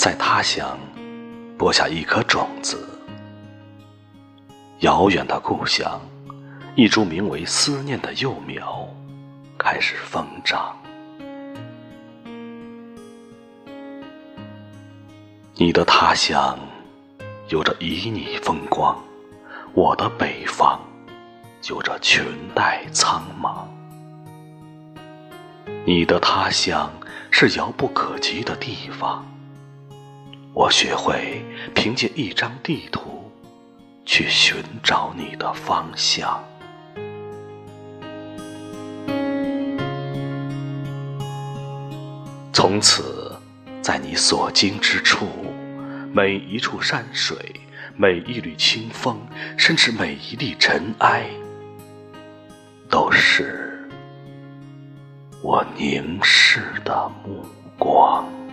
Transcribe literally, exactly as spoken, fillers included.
在他乡播下一颗种子，遥远的故乡，一株名为思念的幼苗开始疯长。你的他乡有着旖旎风光，我的北方有着裙带苍茫。你的他乡是遥不可及的地方，我学会凭借一张地图去寻找你的方向。从此在你所经之处，每一处山水，每一缕清风，甚至每一粒尘埃，都是我凝视的目光。